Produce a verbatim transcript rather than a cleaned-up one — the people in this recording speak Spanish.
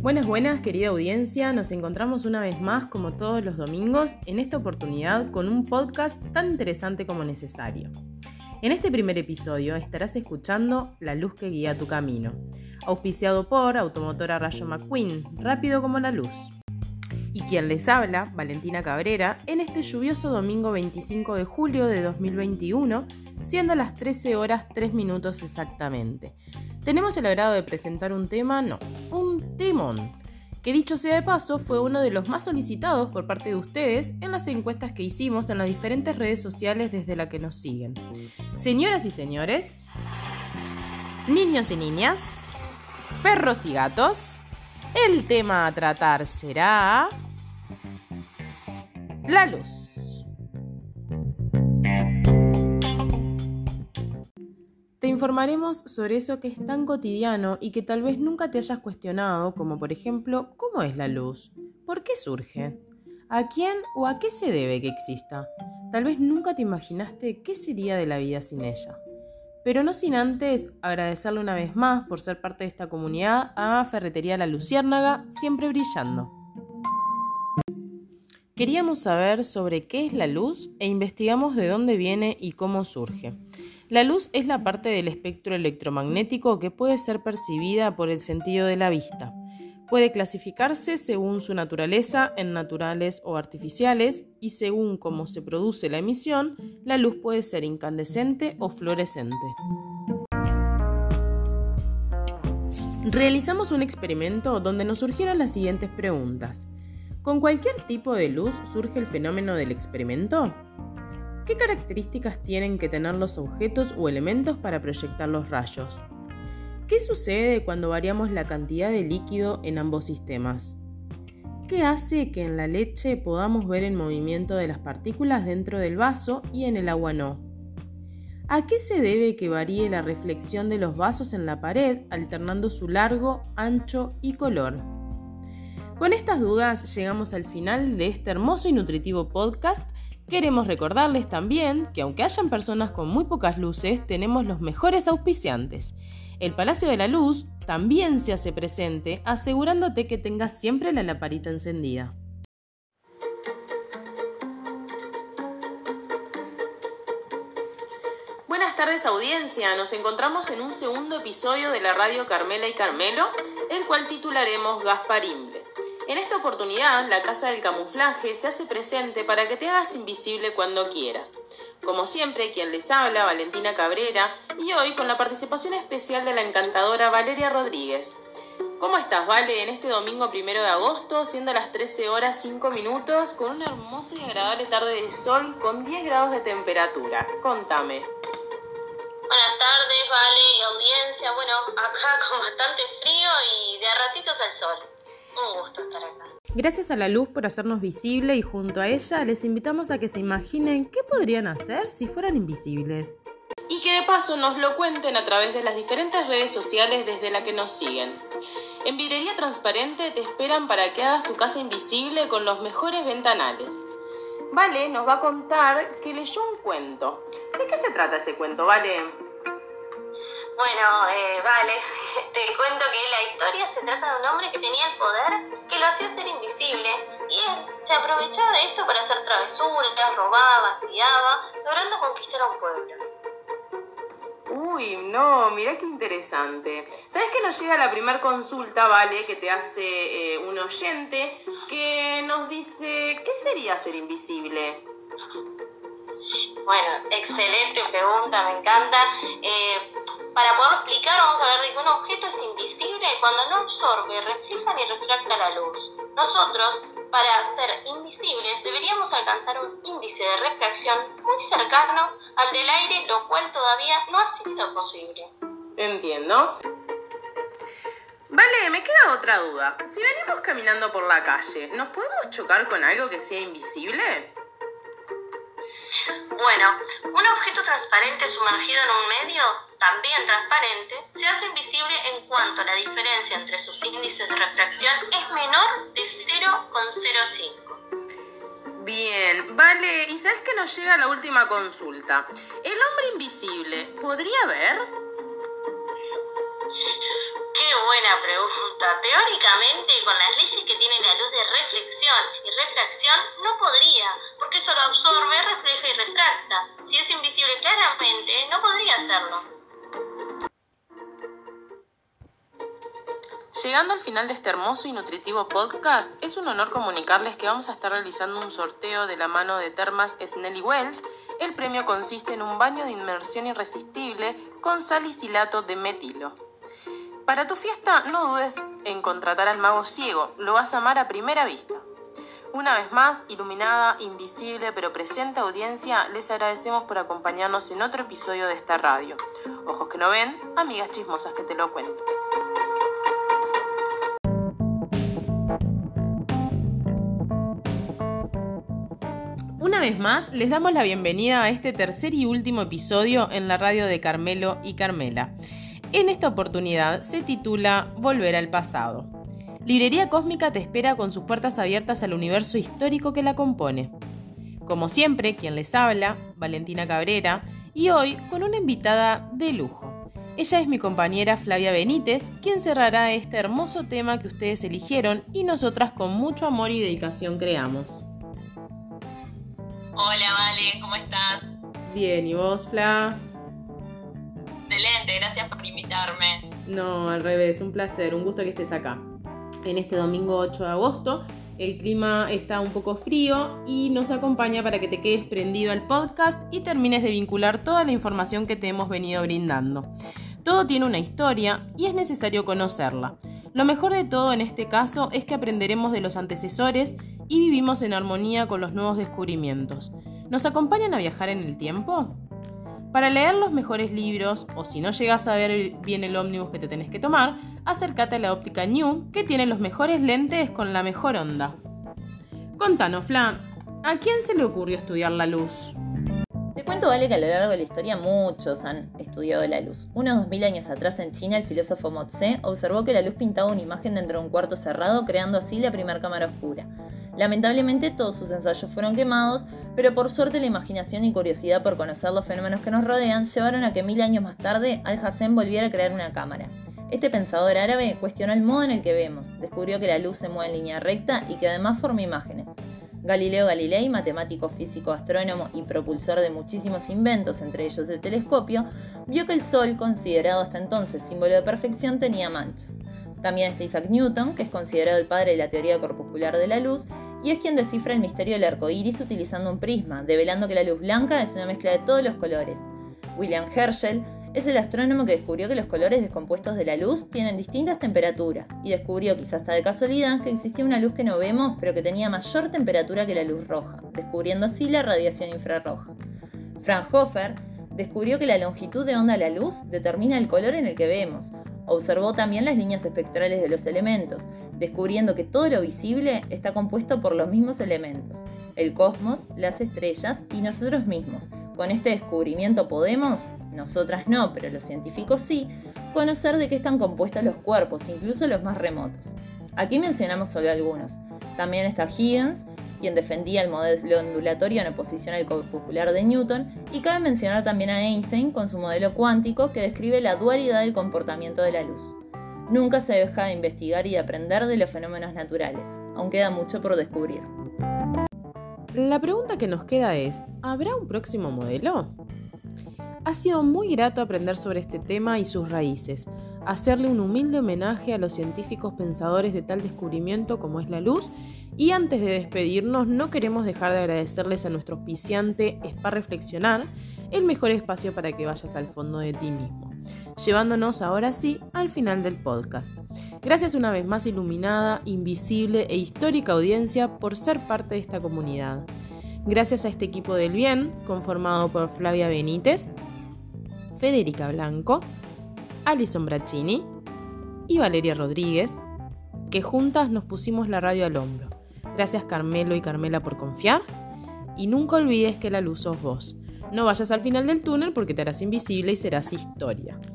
Buenas, buenas, querida audiencia. Nos encontramos una vez más, como todos los domingos, en esta oportunidad con un podcast tan interesante como necesario. En este primer episodio estarás escuchando La luz que guía tu camino, auspiciado por Automotora Rayo McQueen, rápido como la luz. Y quien les habla, Valentina Cabrera, en este lluvioso domingo veinticinco de julio de dos mil veintiuno, siendo las trece horas tres minutos exactamente. Tenemos el agrado de presentar un tema, no, un temón, que dicho sea de paso fue uno de los más solicitados por parte de ustedes en las encuestas que hicimos en las diferentes redes sociales desde las que nos siguen. Señoras y señores, niños y niñas, perros y gatos, el tema a tratar será la luz. Te informaremos sobre eso que es tan cotidiano y que tal vez nunca te hayas cuestionado, como por ejemplo, ¿cómo es la luz? ¿Por qué surge? ¿A quién o a qué se debe que exista? Tal vez nunca te imaginaste qué sería de la vida sin ella. Pero no sin antes agradecerle una vez más por ser parte de esta comunidad a Ferretería La Luciérnaga, siempre brillando. Queríamos saber sobre qué es la luz e investigamos de dónde viene y cómo surge. La luz es la parte del espectro electromagnético que puede ser percibida por el sentido de la vista. Puede clasificarse según su naturaleza en naturales o artificiales y según cómo se produce la emisión, la luz puede ser incandescente o fluorescente. Realizamos un experimento donde nos surgieron las siguientes preguntas. ¿Con cualquier tipo de luz surge el fenómeno del experimento? ¿Qué características tienen que tener los objetos o elementos para proyectar los rayos? ¿Qué sucede cuando variamos la cantidad de líquido en ambos sistemas? ¿Qué hace que en la leche podamos ver el movimiento de las partículas dentro del vaso y en el agua no? ¿A qué se debe que varíe la reflexión de los vasos en la pared alternando su largo, ancho y color? Con estas dudas llegamos al final de este hermoso y nutritivo podcast. Queremos recordarles también que aunque hayan personas con muy pocas luces, tenemos los mejores auspiciantes. El Palacio de la Luz también se hace presente, asegurándote que tengas siempre la lamparita encendida. Buenas tardes, audiencia. Nos encontramos en un segundo episodio de la radio Carmela y Carmelo, el cual titularemos Gasparimble. En esta oportunidad, la Casa del Camuflaje se hace presente para que te hagas invisible cuando quieras. Como siempre, quien les habla, Valentina Cabrera, y hoy con la participación especial de la encantadora Valeria Rodríguez. ¿Cómo estás, Vale? En este domingo primero de agosto, siendo las trece horas cinco minutos, con una hermosa y agradable tarde de sol con diez grados de temperatura. Contame. Buenas tardes, Vale y audiencia. Bueno, acá con bastante frío y de a ratitos al sol. Un gusto estar acá. Gracias a la luz por hacernos visible y junto a ella les invitamos a que se imaginen qué podrían hacer si fueran invisibles. Y que de paso nos lo cuenten a través de las diferentes redes sociales desde las que nos siguen. En Vidrería Transparente te esperan para que hagas tu casa invisible con los mejores ventanales. Vale nos va a contar que leyó un cuento. ¿De qué se trata ese cuento, Vale? Bueno, eh, vale, te cuento que la historia se trata de un hombre que tenía el poder que lo hacía ser invisible y él se aprovechaba de esto para hacer travesuras, robaba, espiaba, logrando conquistar a un pueblo. Uy, no, mirá qué interesante. ¿Sabés que nos llega la primera consulta, Vale, que te hace eh, un oyente que nos dice, ¿qué sería ser invisible? Bueno, excelente pregunta, me encanta. Eh, para poderlo explicar vamos a hablar de que un objeto es invisible cuando no absorbe, refleja ni refracta la luz. Nosotros, para ser invisibles, deberíamos alcanzar un índice de refracción muy cercano al del aire, lo cual todavía no ha sido posible. Entiendo. Vale, me queda otra duda. Si venimos caminando por la calle, ¿nos podemos chocar con algo que sea invisible? Bueno, un objeto transparente sumergido en un medio, también transparente, se hace invisible en cuanto la diferencia entre sus índices de refracción es menor de cero coma cero cinco. Bien, vale, y ¿sabes que nos llega la última consulta? ¿El hombre invisible podría ver? Qué buena pregunta. Teóricamente, con las leyes que tiene la luz de reflexión y refracción, no podría, porque solo absorbe, refleja y refracta. Si es invisible claramente, no podría hacerlo. Llegando al final de este hermoso y nutritivo podcast, es un honor comunicarles que vamos a estar realizando un sorteo de la mano de Termas Snelly Wells. El premio consiste en un baño de inmersión irresistible con salicilato de metilo. Para tu fiesta no dudes en contratar al mago ciego, lo vas a amar a primera vista. Una vez más, iluminada, invisible pero presente audiencia, les agradecemos por acompañarnos en otro episodio de esta radio. Ojos que no ven, amigas chismosas que te lo cuentan. Una vez más, les damos la bienvenida a este tercer y último episodio en la radio de Carmelo y Carmela. En esta oportunidad se titula Volver al pasado. Librería Cósmica te espera con sus puertas abiertas al universo histórico que la compone. Como siempre, quien les habla, Valentina Cabrera, y hoy con una invitada de lujo. Ella es mi compañera Flavia Benítez, quien cerrará este hermoso tema que ustedes eligieron y nosotras con mucho amor y dedicación creamos. Hola, Vale, ¿cómo estás? Bien, ¿y vos, Fla? Excelente, gracias por invitarme. No, al revés, un placer, un gusto que estés acá. En este domingo ocho de agosto, el clima está un poco frío y nos acompaña para que te quedes prendido al podcast y termines de vincular toda la información que te hemos venido brindando. Todo tiene una historia y es necesario conocerla. Lo mejor de todo en este caso es que aprenderemos de los antecesores y vivimos en armonía con los nuevos descubrimientos. ¿Nos acompañan a viajar en el tiempo? Para leer los mejores libros, o si no llegas a ver bien el ómnibus que te tenés que tomar, acércate a la óptica New, que tiene los mejores lentes con la mejor onda. Contanos, Fla, ¿a quién se le ocurrió estudiar la luz? Te cuento, Vale, que a lo largo de la historia muchos han estudiado la luz. Unos dos mil años atrás en China, el filósofo Mo Tse observó que la luz pintaba una imagen dentro de un cuarto cerrado, creando así la primera cámara oscura. Lamentablemente todos sus ensayos fueron quemados, pero por suerte la imaginación y curiosidad por conocer los fenómenos que nos rodean llevaron a que mil años más tarde Alhazen volviera a crear una cámara. Este pensador árabe cuestionó el modo en el que vemos, descubrió que la luz se mueve en línea recta y que además forma imágenes. Galileo Galilei, matemático, físico, astrónomo y propulsor de muchísimos inventos, entre ellos el telescopio, vio que el Sol, considerado hasta entonces símbolo de perfección, tenía manchas. También está Isaac Newton, que es considerado el padre de la teoría corpuscular de la luz, y es quien descifra el misterio del arco iris utilizando un prisma, develando que la luz blanca es una mezcla de todos los colores. William Herschel es el astrónomo que descubrió que los colores descompuestos de la luz tienen distintas temperaturas, y descubrió, quizás hasta de casualidad, que existía una luz que no vemos, pero que tenía mayor temperatura que la luz roja, descubriendo así la radiación infrarroja. Fraunhofer descubrió que la longitud de onda de la luz determina el color en el que vemos. Observó también las líneas espectrales de los elementos, descubriendo que todo lo visible está compuesto por los mismos elementos: el cosmos, las estrellas y nosotros mismos. Con este descubrimiento podemos, nosotras no, pero los científicos sí, conocer de qué están compuestos los cuerpos, incluso los más remotos. Aquí mencionamos solo algunos. También está Huygens, quien defendía el modelo ondulatorio en oposición al corpuscular de Newton, y cabe mencionar también a Einstein con su modelo cuántico que describe la dualidad del comportamiento de la luz. Nunca se deja de investigar y de aprender de los fenómenos naturales, aún queda mucho por descubrir. La pregunta que nos queda es, ¿habrá un próximo modelo? Ha sido muy grato aprender sobre este tema y sus raíces, hacerle un humilde homenaje a los científicos pensadores de tal descubrimiento como es la luz, y antes de despedirnos no queremos dejar de agradecerles a nuestro auspiciante Spa Reflexionar, el mejor espacio para que vayas al fondo de ti mismo, llevándonos ahora sí al final del podcast. Gracias una vez más, iluminada, invisible e histórica audiencia, por ser parte de esta comunidad. Gracias a este equipo del bien, conformado por Flavia Benítez, Federica Blanco, Alison Braccini y Valeria Rodríguez, que juntas nos pusimos la radio al hombro. Gracias, Carmelo y Carmela, por confiar, y nunca olvides que la luz sos vos. No vayas al final del túnel porque te harás invisible y serás historia.